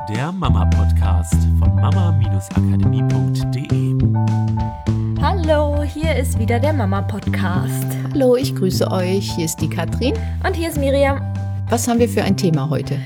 der Mama-Podcast von mama-akademie.de. Hallo, hier ist wieder der Mama-Podcast. Hallo, ich grüße euch. Hier ist die Katrin. Und hier ist Miriam. Was haben wir für ein Thema heute?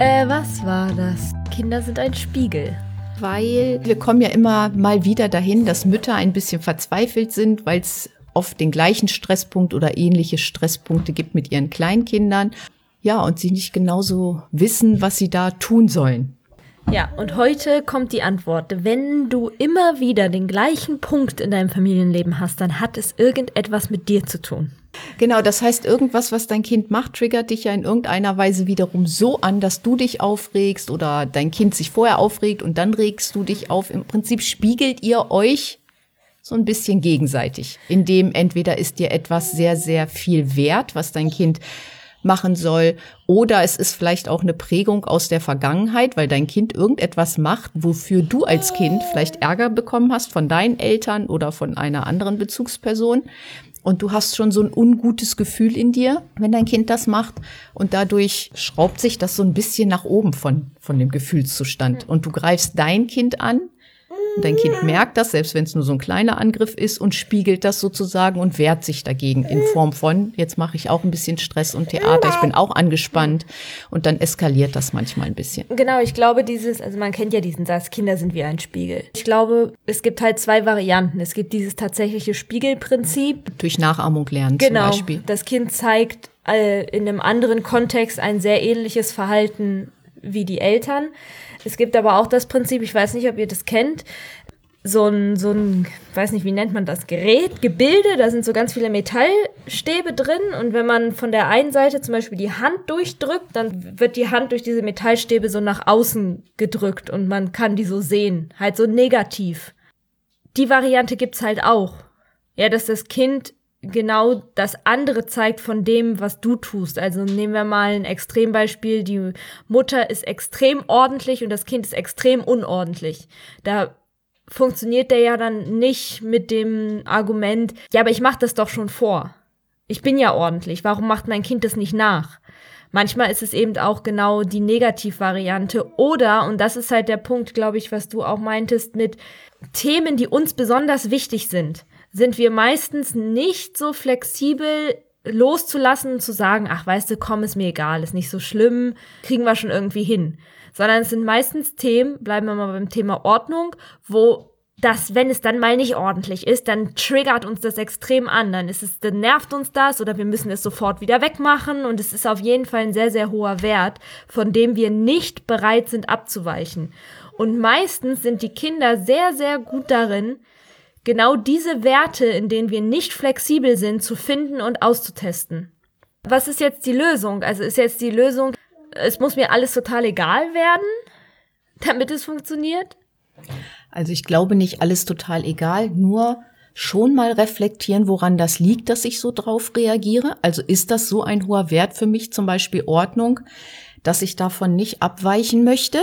Was war das? Kinder sind ein Spiegel. Weil wir kommen ja immer mal wieder dahin, dass Mütter ein bisschen verzweifelt sind, weil es oft den gleichen Stresspunkt oder ähnliche Stresspunkte gibt mit ihren Kleinkindern. Ja, und sie nicht genauso wissen, was sie da tun sollen. Ja, und heute kommt die Antwort. Wenn du immer wieder den gleichen Punkt in deinem Familienleben hast, dann hat es irgendetwas mit dir zu tun. Genau, das heißt, irgendwas, was dein Kind macht, triggert dich ja in irgendeiner Weise wiederum so an, dass du dich aufregst oder dein Kind sich vorher aufregt und dann regst du dich auf. Im Prinzip spiegelt ihr euch so ein bisschen gegenseitig, indem entweder ist dir etwas sehr, sehr viel wert, was dein Kind machen soll, oder es ist vielleicht auch eine Prägung aus der Vergangenheit, weil dein Kind irgendetwas macht, wofür du als Kind vielleicht Ärger bekommen hast von deinen Eltern oder von einer anderen Bezugsperson. Und du hast schon so ein ungutes Gefühl in dir, wenn dein Kind das macht. Und dadurch schraubt sich das so ein bisschen nach oben von dem Gefühlszustand. Und du greifst dein Kind an. Und dein Kind merkt das, selbst wenn es nur so ein kleiner Angriff ist, und spiegelt das sozusagen und wehrt sich dagegen in Form von, jetzt mache ich auch ein bisschen Stress und Theater, ich bin auch angespannt. Und dann eskaliert das manchmal ein bisschen. Genau, ich glaube also man kennt ja diesen Satz, Kinder sind wie ein Spiegel. Ich glaube, es gibt halt zwei Varianten. Es gibt dieses tatsächliche Spiegelprinzip. Durch Nachahmung lernen zum Beispiel. Genau, das Kind zeigt in einem anderen Kontext ein sehr ähnliches Verhalten wie die Eltern. Es gibt aber auch das Prinzip, ich weiß nicht, ob ihr das kennt, so ein, weiß nicht, wie nennt man das, Gebilde, da sind so ganz viele Metallstäbe drin und wenn man von der einen Seite zum Beispiel die Hand durchdrückt, dann wird die Hand durch diese Metallstäbe so nach außen gedrückt und man kann die so sehen, halt so negativ. Die Variante gibt's halt auch, ja, dass das Kind genau das andere zeigt von dem, was du tust. Also nehmen wir mal ein Extrembeispiel. Die Mutter ist extrem ordentlich und das Kind ist extrem unordentlich. Da funktioniert der ja dann nicht mit dem Argument, ja, aber ich mache das doch schon vor. Ich bin ja ordentlich. Warum macht mein Kind das nicht nach? Manchmal ist es eben auch genau die Negativvariante. Oder, und das ist halt der Punkt, glaube ich, was du auch meintest, mit Themen, die uns besonders wichtig sind wir meistens nicht so flexibel loszulassen und zu sagen, ach, weißt du, komm, ist mir egal, ist nicht so schlimm, kriegen wir schon irgendwie hin. Sondern es sind meistens Themen, bleiben wir mal beim Thema Ordnung, wo das, wenn es dann mal nicht ordentlich ist, dann triggert uns das extrem an. Dann nervt uns das oder wir müssen es sofort wieder wegmachen und es ist auf jeden Fall ein sehr, sehr hoher Wert, von dem wir nicht bereit sind abzuweichen. Und meistens sind die Kinder sehr, sehr gut darin, genau diese Werte, in denen wir nicht flexibel sind, zu finden und auszutesten. Was ist jetzt die Lösung? Also ist jetzt die Lösung, es muss mir alles total egal werden, damit es funktioniert? Also ich glaube nicht alles total egal, nur schon mal reflektieren, woran das liegt, dass ich so drauf reagiere. Also ist das so ein hoher Wert für mich, zum Beispiel Ordnung, dass ich davon nicht abweichen möchte?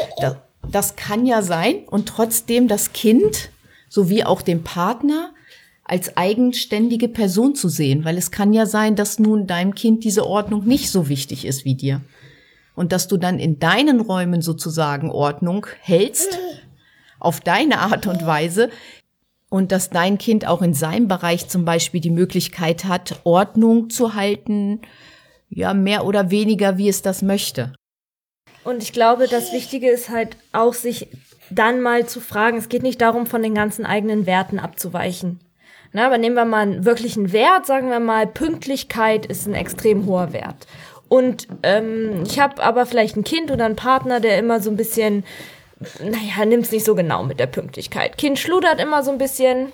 Das kann ja sein und trotzdem das Kind sowie auch den Partner als eigenständige Person zu sehen. Weil es kann ja sein, dass nun deinem Kind diese Ordnung nicht so wichtig ist wie dir. Und dass du dann in deinen Räumen sozusagen Ordnung hältst, auf deine Art und Weise. Und dass dein Kind auch in seinem Bereich zum Beispiel die Möglichkeit hat, Ordnung zu halten, ja, mehr oder weniger, wie es das möchte. Und ich glaube, das Wichtige ist halt auch, sich dann mal zu fragen, es geht nicht darum, von den ganzen eigenen Werten abzuweichen. Na, aber nehmen wir mal einen wirklichen Wert, sagen wir mal, Pünktlichkeit ist ein extrem hoher Wert. Und ich habe aber vielleicht ein Kind oder einen Partner, der immer so ein bisschen, nimmt es nicht so genau mit der Pünktlichkeit. Kind schludert immer so ein bisschen.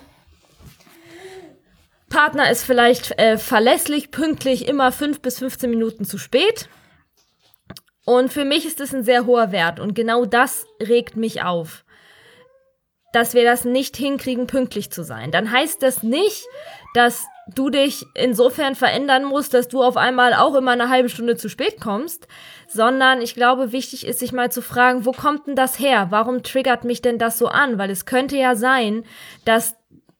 Partner ist vielleicht verlässlich, pünktlich, immer 5 bis 15 Minuten zu spät. Und für mich ist das ein sehr hoher Wert und genau das regt mich auf, dass wir das nicht hinkriegen, pünktlich zu sein. Dann heißt das nicht, dass du dich insofern verändern musst, dass du auf einmal auch immer eine halbe Stunde zu spät kommst, sondern ich glaube, wichtig ist, sich mal zu fragen, wo kommt denn das her? Warum triggert mich denn das so an? Weil es könnte ja sein, dass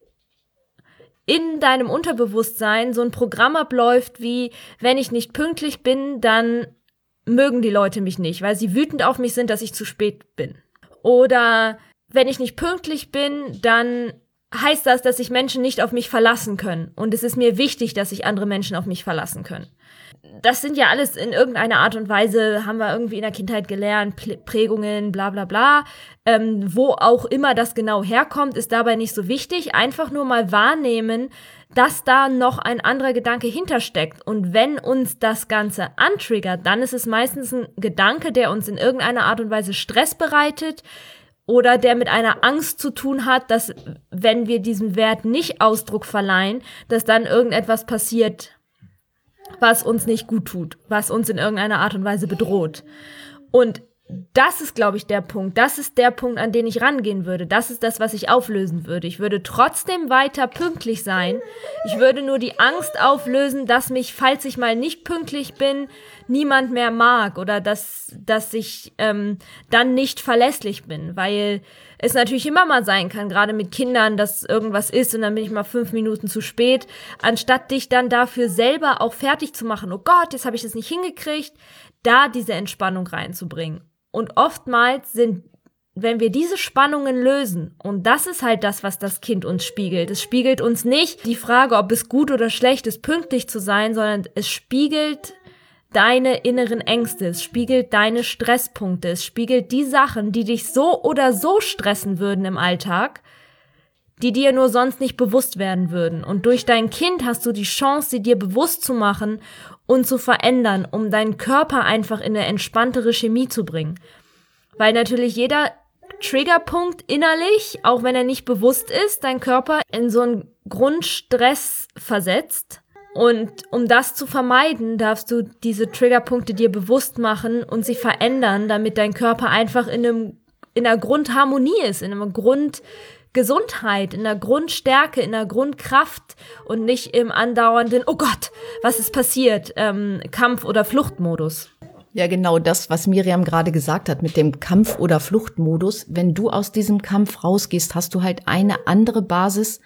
in deinem Unterbewusstsein so ein Programm abläuft wie, wenn ich nicht pünktlich bin, dann mögen die Leute mich nicht, weil sie wütend auf mich sind, dass ich zu spät bin. Oder wenn ich nicht pünktlich bin, dann heißt das, dass sich Menschen nicht auf mich verlassen können. Und es ist mir wichtig, dass sich andere Menschen auf mich verlassen können. Das sind ja alles in irgendeiner Art und Weise, haben wir irgendwie in der Kindheit gelernt, Prägungen, bla bla bla. Wo auch immer das genau herkommt, ist dabei nicht so wichtig. Einfach nur mal wahrnehmen, dass da noch ein anderer Gedanke hintersteckt. Und wenn uns das Ganze antriggert, dann ist es meistens ein Gedanke, der uns in irgendeiner Art und Weise Stress bereitet oder der mit einer Angst zu tun hat, dass, wenn wir diesem Wert nicht Ausdruck verleihen, dass dann irgendetwas passiert, was uns nicht gut tut, was uns in irgendeiner Art und Weise bedroht. Und das ist, glaube ich, der Punkt. Das ist der Punkt, an den ich rangehen würde. Das ist das, was ich auflösen würde. Ich würde trotzdem weiter pünktlich sein. Ich würde nur die Angst auflösen, dass mich, falls ich mal nicht pünktlich bin, niemand mehr mag oder dass ich dann nicht verlässlich bin. Weil es natürlich immer mal sein kann, gerade mit Kindern, dass irgendwas ist und dann bin ich mal 5 Minuten zu spät. Anstatt dich dann dafür selber auch fertig zu machen, oh Gott, jetzt habe ich das nicht hingekriegt, da diese Entspannung reinzubringen. Und oftmals wenn wir diese Spannungen lösen, und das ist halt das, was das Kind uns spiegelt. Es spiegelt uns nicht die Frage, ob es gut oder schlecht ist, pünktlich zu sein, sondern es spiegelt deine inneren Ängste, es spiegelt deine Stresspunkte, es spiegelt die Sachen, die dich so oder so stressen würden im Alltag, die dir nur sonst nicht bewusst werden würden. Und durch dein Kind hast du die Chance, sie dir bewusst zu machen und zu verändern, um deinen Körper einfach in eine entspanntere Chemie zu bringen. Weil natürlich jeder Triggerpunkt innerlich, auch wenn er nicht bewusst ist, dein Körper in so einen Grundstress versetzt. Und um das zu vermeiden, darfst du diese Triggerpunkte dir bewusst machen und sie verändern, damit dein Körper einfach in einer Grundharmonie ist, in einem Grundgesundheit, in der Grundstärke, in der Grundkraft und nicht im andauernden, oh Gott, was ist passiert, Kampf- oder Fluchtmodus. Ja, genau das, was Miriam gerade gesagt hat mit dem Kampf- oder Fluchtmodus. Wenn du aus diesem Kampf rausgehst, hast du halt eine andere Basis,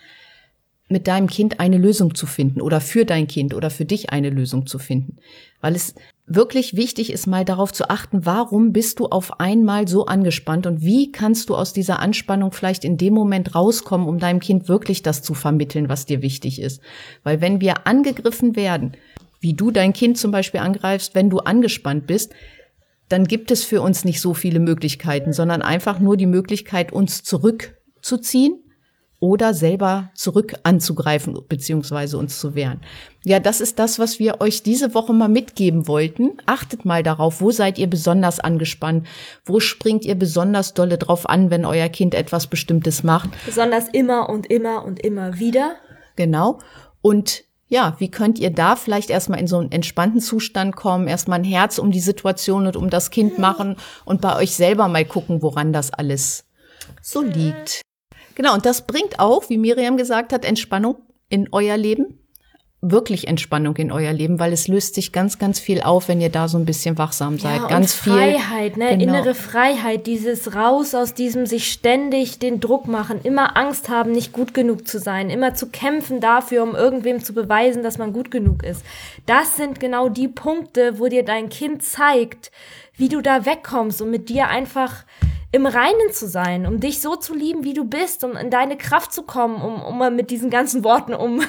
mit deinem Kind eine Lösung zu finden oder für dein Kind oder für dich eine Lösung zu finden. Weil es wirklich wichtig ist, mal darauf zu achten, warum bist du auf einmal so angespannt und wie kannst du aus dieser Anspannung vielleicht in dem Moment rauskommen, um deinem Kind wirklich das zu vermitteln, was dir wichtig ist. Weil wenn wir angegriffen werden, wie du dein Kind zum Beispiel angreifst, wenn du angespannt bist, dann gibt es für uns nicht so viele Möglichkeiten, sondern einfach nur die Möglichkeit, uns zurückzuziehen oder selber zurück anzugreifen bzw. uns zu wehren. Ja, das ist das, was wir euch diese Woche mal mitgeben wollten. Achtet mal darauf, wo seid ihr besonders angespannt? Wo springt ihr besonders dolle drauf an, wenn euer Kind etwas Bestimmtes macht? Besonders immer und immer und immer wieder. Genau. Und ja, wie könnt ihr da vielleicht erstmal in so einen entspannten Zustand kommen, erstmal ein Herz um die Situation und um das Kind machen und bei euch selber mal gucken, woran das alles so liegt. Genau, und das bringt auch, wie Miriam gesagt hat, Entspannung in euer Leben. Wirklich Entspannung in euer Leben, weil es löst sich ganz, ganz viel auf, wenn ihr da so ein bisschen wachsam seid. Ja, ganz und Freiheit, viel, ne? Genau. Innere Freiheit, dieses raus aus diesem sich ständig den Druck machen, immer Angst haben, nicht gut genug zu sein, immer zu kämpfen dafür, um irgendwem zu beweisen, dass man gut genug ist. Das sind genau die Punkte, wo dir dein Kind zeigt, wie du da wegkommst, um mit dir einfach im Reinen zu sein, um dich so zu lieben, wie du bist, um in deine Kraft zu kommen, um mal mit diesen ganzen Worten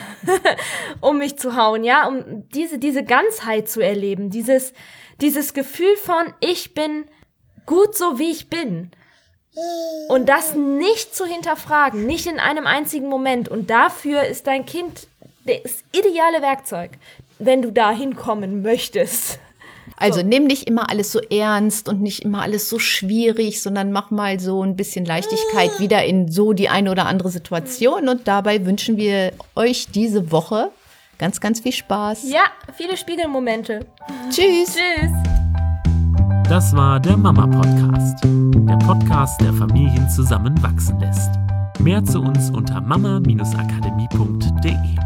um mich zu hauen, ja, um diese Ganzheit zu erleben, dieses Gefühl von, ich bin gut so, wie ich bin. Und das nicht zu hinterfragen, nicht in einem einzigen Moment. Und dafür ist dein Kind das ideale Werkzeug, wenn du da hinkommen möchtest. Also nimm nicht immer alles so ernst und nicht immer alles so schwierig, sondern mach mal so ein bisschen Leichtigkeit wieder in so die eine oder andere Situation. Und dabei wünschen wir euch diese Woche ganz, ganz viel Spaß. Ja, viele Spiegelmomente. Tschüss. Tschüss. Das war der Mama-Podcast. Der Podcast, der Familien zusammenwachsen lässt. Mehr zu uns unter mama-akademie.de.